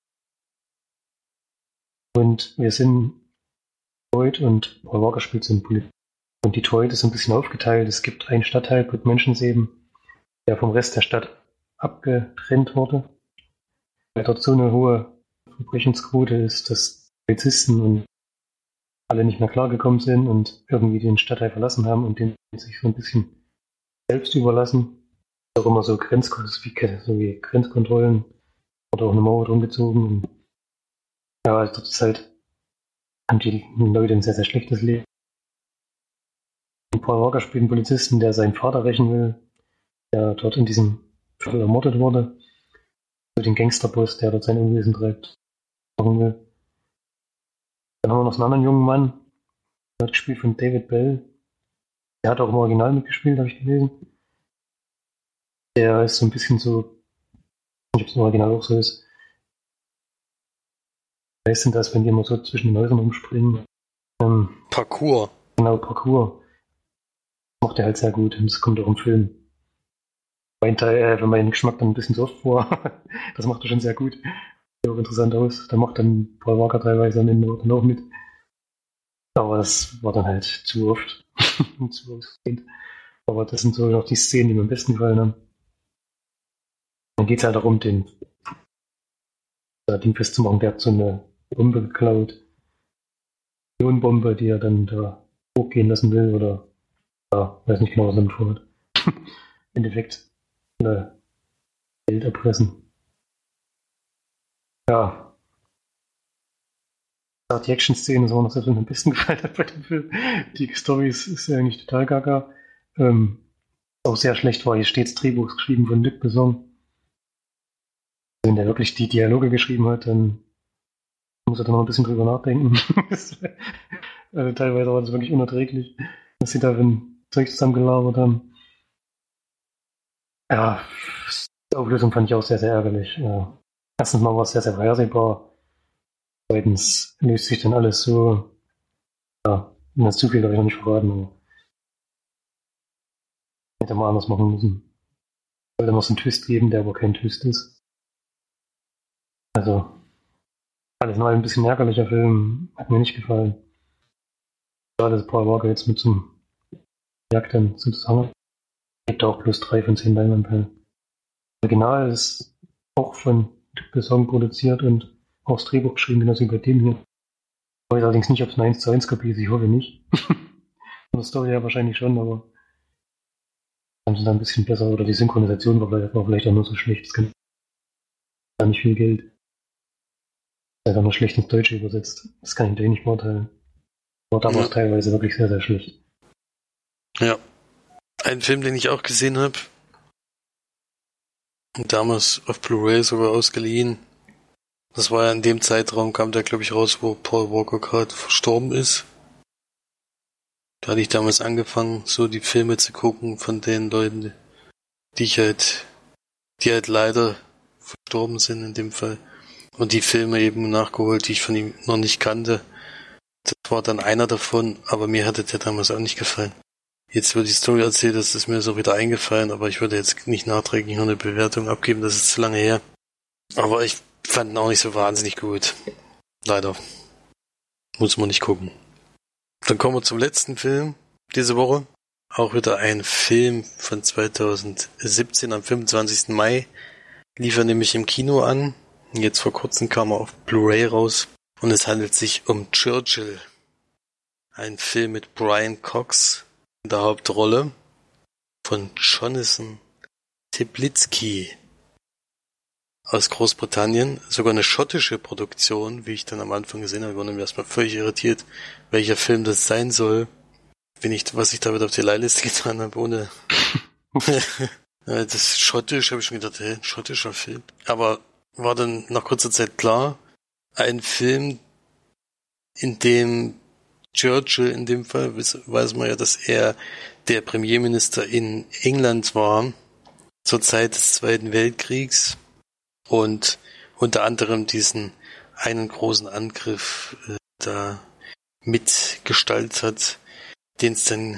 Und wir sind Detroit und Paul Walker spielt so einen Polizisten. Und Detroit ist ein bisschen aufgeteilt. Es gibt einen Stadtteil, Good Mentions eben, der vom Rest der Stadt abgetrennt wurde. Weil dort so eine hohe Verbrechensquote ist, dass Polizisten und alle nicht mehr klargekommen sind und irgendwie den Stadtteil verlassen haben und den sich so ein bisschen selbst überlassen. Auch immer so Grenzkontrollen oder auch eine Mauer drum gezogen. Und ja, also dort ist halt, haben die Leute ein sehr, sehr schlechtes Leben. Und Paul Walker spielt einen Polizisten, der seinen Vater rächen will, der dort in diesem Viertel ermordet wurde. So den Gangsterboss, der dort sein Unwesen treibt. Will. Dann haben wir noch einen anderen jungen Mann, der hat gespielt von David Bell. Der hat auch im Original mitgespielt, habe ich gelesen. Der ist so ein bisschen so, ich weiß nicht, ob es im Original auch so ist. Wer ist denn das, wenn die immer so zwischen den Häusern rumspringen? Parkour. Genau, Parkour. Das macht er halt sehr gut und das kommt auch im Film. Für meinen Geschmack dann ein bisschen so oft vor. Das macht er schon sehr gut. Sieht auch interessant aus. Da macht dann Paul Walker teilweise am Ende dann auch mit. Aber das war dann halt zu oft. Zu ausgehend. Aber das sind so noch die Szenen, die mir am besten gefallen haben. Dann geht es halt darum, den Ding festzumachen. Der hat so eine Bombe geklaut. Ionenbombe, die er dann da hochgehen lassen will. Oder ja, weiß nicht genau, was er damit vorhat. Im Endeffekt Geld erpressen. Ja. Die Action-Szene ist auch noch das, was mir am besten gefallen hat bei dem Film. Die Story ist ja eigentlich total gaga. Auch sehr schlecht war hier stets Drehbuch geschrieben von Luc Besson. Wenn der wirklich die Dialoge geschrieben hat, dann muss er da noch ein bisschen drüber nachdenken. Also teilweise war das wirklich unerträglich, was sie da für ein Zeug zusammengelabert haben. Ja, die Auflösung fand ich auch sehr, sehr ärgerlich. Ja. Erstens mal war es sehr, sehr vorhersehbar. Zweitens löst sich dann alles so. Ja, wenn das zu viel darf ich noch nicht verraten. Aber hätte man anders machen müssen. Soll immer so einen Twist geben, der aber kein Twist ist. Also, alles noch ein bisschen ärgerlicher Film, hat mir nicht gefallen. Gerade dass Paul Walker jetzt mit zum Jagd dann zusammen. Gibt auch plus 3 von 10 Leinwandperlen. Original ist auch von Besson produziert und auch das Drehbuch geschrieben, genauso wie bei dem hier. Ich weiß allerdings nicht, ob es eine 1:1 Kopie ist, ich hoffe nicht. Von der Story ja wahrscheinlich schon, aber haben sie da ein bisschen besser, oder die Synchronisation war vielleicht auch nur so schlecht, es kann da nicht viel Geld. Ist einfach nur schlecht ins Deutsche übersetzt. Das kann ich natürlich nicht beurteilen. War damals teilweise wirklich sehr, sehr schlecht. Ja. Ein Film, den ich auch gesehen habe, damals auf Blu-ray sogar ausgeliehen. Das war ja in dem Zeitraum, kam der glaube ich raus, wo Paul Walker gerade verstorben ist. Da hatte ich damals angefangen, so die Filme zu gucken von den Leuten, die halt leider verstorben sind in dem Fall. Und die Filme eben nachgeholt, die ich von ihm noch nicht kannte. Das war dann einer davon, aber mir hatte der damals auch nicht gefallen. Jetzt wird die Story erzählt, das ist mir so wieder eingefallen, aber ich würde jetzt nicht nachträglich noch eine Bewertung abgeben, das ist zu lange her. Aber ich fand ihn auch nicht so wahnsinnig gut. Leider. Muss man nicht gucken. Dann kommen wir zum letzten Film diese Woche. Auch wieder ein Film von 2017 am 25. Mai. Lief er nämlich im Kino an. Jetzt vor kurzem kam er auf Blu-ray raus. Und es handelt sich um Churchill. Ein Film mit Brian Cox in der Hauptrolle von Jonathan Teplitzky aus Großbritannien. Sogar eine schottische Produktion, wie ich dann am Anfang gesehen habe. Ich war nämlich erstmal völlig irritiert, welcher Film das sein soll. Was ich damit auf die Leihliste getan habe, ohne... Das ist schottisch, habe ich schon gedacht, ein schottischer Film. Aber war dann nach kurzer Zeit klar, ein Film, in dem Churchill, in dem Fall, weiß man ja, dass er der Premierminister in England war, zur Zeit des Zweiten Weltkriegs und unter anderem diesen einen großen Angriff da mitgestaltet hat, den es dann,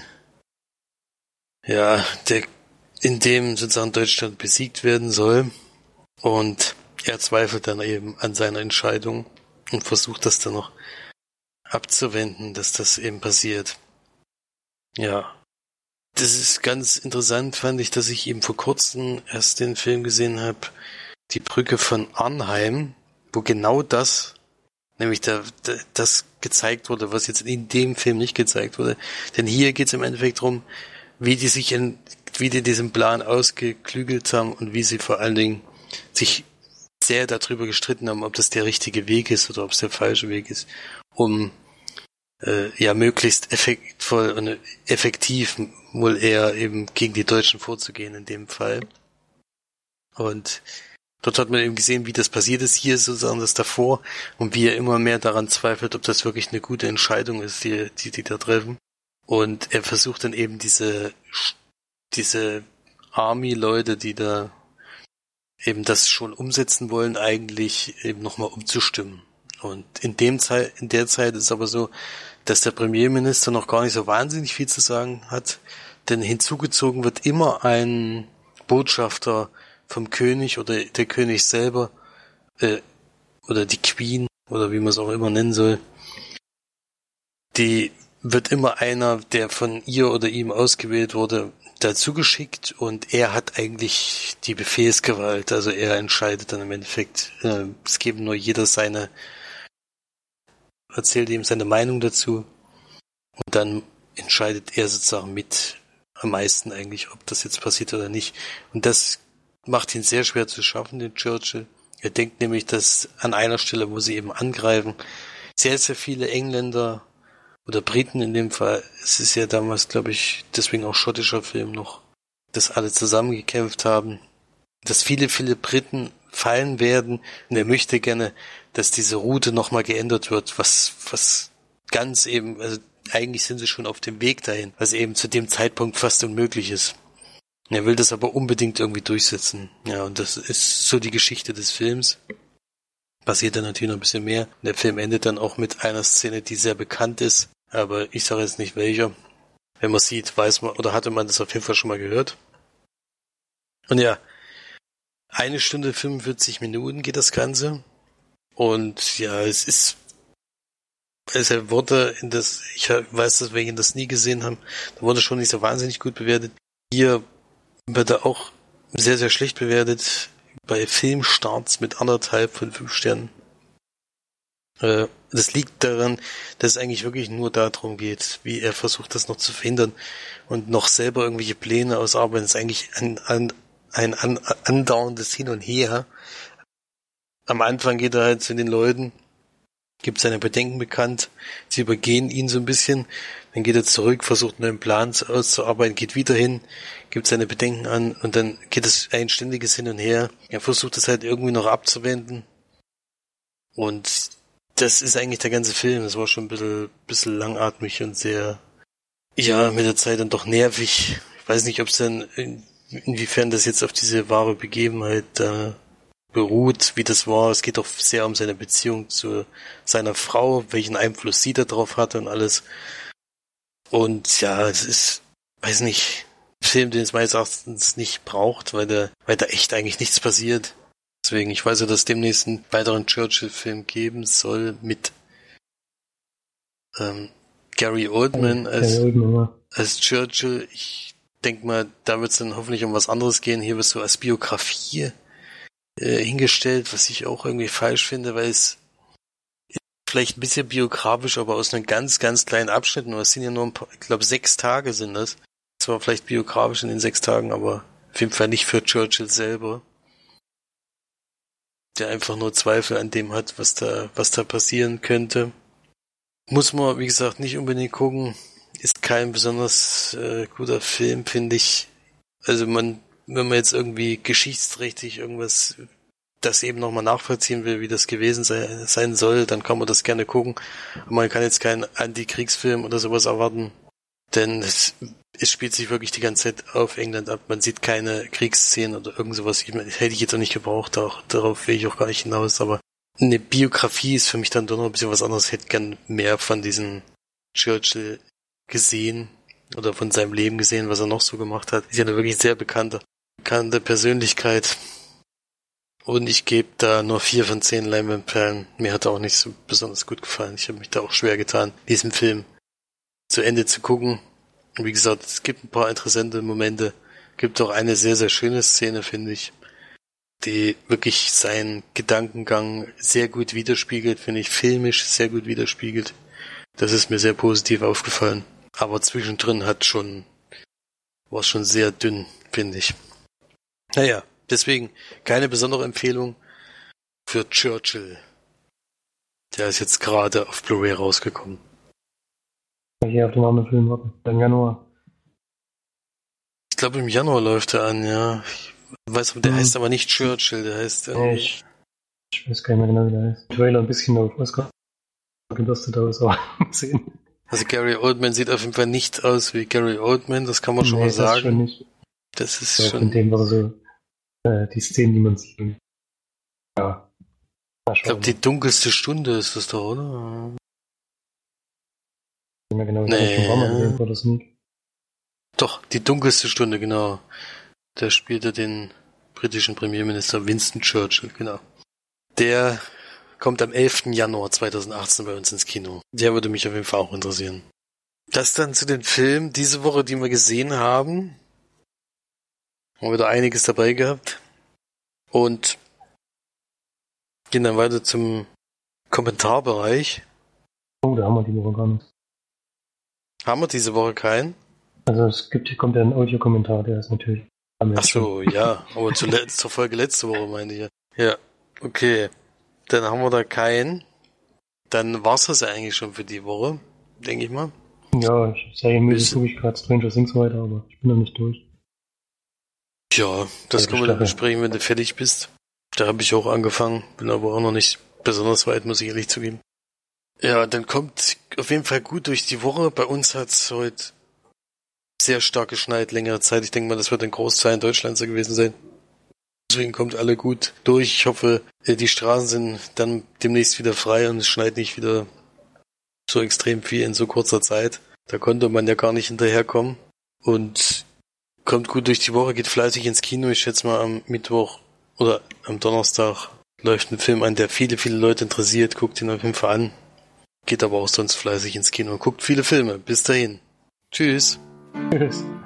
in dem sozusagen Deutschland besiegt werden soll. Und er zweifelt dann eben an seiner Entscheidung und versucht das dann noch abzuwenden, dass das eben passiert. Ja. Das ist ganz interessant, fand ich, dass ich eben vor kurzem erst den Film gesehen habe, Die Brücke von Arnheim, wo genau das, nämlich das gezeigt wurde, was jetzt in dem Film nicht gezeigt wurde. Denn hier geht es im Endeffekt darum, wie die diesen Plan ausgeklügelt haben und wie sie vor allen Dingen sich sehr darüber gestritten haben, ob das der richtige Weg ist oder ob es der falsche Weg ist, um möglichst effektvoll und effektiv wohl eher eben gegen die Deutschen vorzugehen in dem Fall. Und dort hat man eben gesehen, wie das passiert ist. Hier ist sozusagen das davor und wie er immer mehr daran zweifelt, ob das wirklich eine gute Entscheidung ist, die da treffen. Und er versucht dann eben diese Army-Leute, die da eben das schon umsetzen wollen, eigentlich eben nochmal umzustimmen. Und in der Zeit ist es aber so, dass der Premierminister noch gar nicht so wahnsinnig viel zu sagen hat, denn hinzugezogen wird immer ein Botschafter vom König oder der König selber oder die Queen oder wie man es auch immer nennen soll. Die wird immer einer, der von ihr oder ihm ausgewählt wurde, dazu geschickt und er hat eigentlich die Befehlsgewalt, also er entscheidet dann im Endeffekt, es geben nur jeder erzählt ihm seine Meinung dazu und dann entscheidet er sozusagen mit am meisten eigentlich, ob das jetzt passiert oder nicht. Und das macht ihn sehr schwer zu schaffen, den Churchill. Er denkt nämlich, dass an einer Stelle, wo sie eben angreifen, sehr, sehr viele Engländer oder Briten in dem Fall, es ist ja damals, glaube ich, deswegen auch schottischer Film noch, dass alle zusammengekämpft haben, dass viele, viele Briten fallen werden und er möchte gerne, dass diese Route nochmal geändert wird, was ganz eben, also eigentlich sind sie schon auf dem Weg dahin, was eben zu dem Zeitpunkt fast unmöglich ist. Er will das aber unbedingt irgendwie durchsetzen. Ja, und das ist so die Geschichte des Films. Passiert dann natürlich noch ein bisschen mehr. Der Film endet dann auch mit einer Szene, die sehr bekannt ist, aber ich sage jetzt nicht welcher. Wenn man sieht, weiß man, oder hatte man das auf jeden Fall schon mal gehört. Und ja, 1 Stunde 45 Minuten geht das Ganze. Und ja, es wurde ich weiß, dass wir ihn das nie gesehen haben, da wurde schon nicht so wahnsinnig gut bewertet. Hier wird er auch sehr, sehr schlecht bewertet. Bei Filmstarts mit 1,5 von 5 Sternen. Das liegt daran, dass es eigentlich wirklich nur darum geht, wie er versucht, das noch zu verhindern und noch selber irgendwelche Pläne ausarbeiten. Es ist eigentlich ein andauerndes Hin und Her. Am Anfang geht er halt zu den Leuten, gibt seine Bedenken bekannt, sie übergehen ihn so ein bisschen, dann geht er zurück, versucht einen neuen Plan auszuarbeiten, geht wieder hin, gibt seine Bedenken an und dann geht es ein ständiges Hin und Her. Er versucht es halt irgendwie noch abzuwenden und das ist eigentlich der ganze Film. Das war schon ein bisschen langatmig und sehr, ja, mit der Zeit dann doch nervig. Ich weiß nicht, ob es dann, inwiefern das jetzt auf diese wahre Begebenheit beruht, wie das war. Es geht doch sehr um seine Beziehung zu seiner Frau, welchen Einfluss sie da drauf hatte und alles. Und ja, es ist, weiß nicht, ein Film, den es meines Erachtens nicht braucht, weil da echt eigentlich nichts passiert. Deswegen, ich weiß ja, dass es demnächst einen weiteren Churchill-Film geben soll mit Gary Oldman als Churchill. Ich denke mal, da wird es dann hoffentlich um was anderes gehen. Hier wird es so als Biografie hingestellt, was ich auch irgendwie falsch finde, weil es ist vielleicht ein bisschen biografisch, aber aus einem ganz, ganz kleinen Abschnitt. Nur es sind ja nur ein paar, ich glaube 6 Tage sind das. Zwar vielleicht biografisch in den 6 Tagen, aber auf jeden Fall nicht für Churchill selber. Der einfach nur Zweifel an dem hat, was da passieren könnte. Muss man, wie gesagt, nicht unbedingt gucken. Ist kein besonders guter Film, finde ich. Also wenn man jetzt irgendwie geschichtsträchtig irgendwas, das eben nochmal nachvollziehen will, wie das gewesen sein soll, dann kann man das gerne gucken. Aber man kann jetzt keinen Antikriegsfilm oder sowas erwarten, denn es spielt sich wirklich die ganze Zeit auf England ab. Man sieht keine Kriegsszenen oder irgend sowas. Hätte ich jetzt auch nicht gebraucht, darauf will ich auch gar nicht hinaus, aber eine Biografie ist für mich dann doch noch ein bisschen was anderes. Ich hätte gern mehr von diesem Churchill gesehen oder von seinem Leben gesehen, was er noch so gemacht hat. Ist ja eine wirklich sehr bekannte Persönlichkeit. Und ich gebe da nur 4 von 10 Leinwandperlen. Mir hat er auch nicht so besonders gut gefallen. Ich habe mich da auch schwer getan, diesen Film zu Ende zu gucken. Und wie gesagt, es gibt ein paar interessante Momente. Gibt auch eine sehr, sehr schöne Szene, finde ich, die wirklich seinen Gedankengang sehr gut widerspiegelt, finde ich, filmisch sehr gut widerspiegelt. Das ist mir sehr positiv aufgefallen. Aber zwischendrin war es schon sehr dünn, finde ich. Naja, deswegen keine besondere Empfehlung für Churchill. Der ist jetzt gerade auf Blu-ray rausgekommen. Hier auf den anderen Film warten. Im Januar. Ich glaube, im Januar läuft er an, ja. Ich weiß, der heißt aber nicht Churchill, der heißt ich weiß gar nicht mehr genau, wie der heißt. Trailer ein bisschen auf Oscar gebürstet aus, aber sehen. Also Gary Oldman sieht auf jeden Fall nicht aus wie Gary Oldman, das kann man schon mal sagen. Das schon nicht. Das ist ja, schon... Von dem, was er so, die Szenen, die man sieht. Ja. Ich glaube, die dunkelste Stunde ist das doch, oder? Ja, genau, das nicht. Doch, die dunkelste Stunde, genau. Da spielte den britischen Premierminister Winston Churchill, genau. Der kommt am 11. Januar 2018 bei uns ins Kino. Der würde mich auf jeden Fall auch interessieren. Das dann zu den Filmen diese Woche, die wir gesehen haben. Haben wir wieder einiges dabei gehabt. Und gehen dann weiter zum Kommentarbereich. Oh, da haben wir die Woche gar nicht. Haben wir diese Woche keinen? Also kommt ja ein Audiokommentar, der ist natürlich... Ach so, ja, aber zur Folge letzte Woche meinte ich ja. Ja, okay. Dann haben wir da keinen. Dann war's das ja eigentlich schon für die Woche, denke ich mal. Ja, serienmäßig gucke ich gerade Stranger Things weiter, aber ich bin noch nicht durch. Ja, das können wir dann besprechen, wenn du fertig bist. Da habe ich auch angefangen, bin aber auch noch nicht besonders weit, muss ich ehrlich zugeben. Ja, dann kommt auf jeden Fall gut durch die Woche. Bei uns hat's heute sehr stark geschneit, längere Zeit. Ich denke mal, das wird ein Großteil in Deutschland so gewesen sein. Deswegen kommt alle gut durch. Ich hoffe, die Straßen sind dann demnächst wieder frei und es schneit nicht wieder so extrem viel in so kurzer Zeit. Da konnte man ja gar nicht hinterherkommen. Und kommt gut durch die Woche, geht fleißig ins Kino. Ich schätze mal am Mittwoch oder am Donnerstag läuft ein Film an, der viele, viele Leute interessiert. Guckt ihn auf jeden Fall an. Geht aber auch sonst fleißig ins Kino und guckt viele Filme. Bis dahin. Tschüss. Tschüss.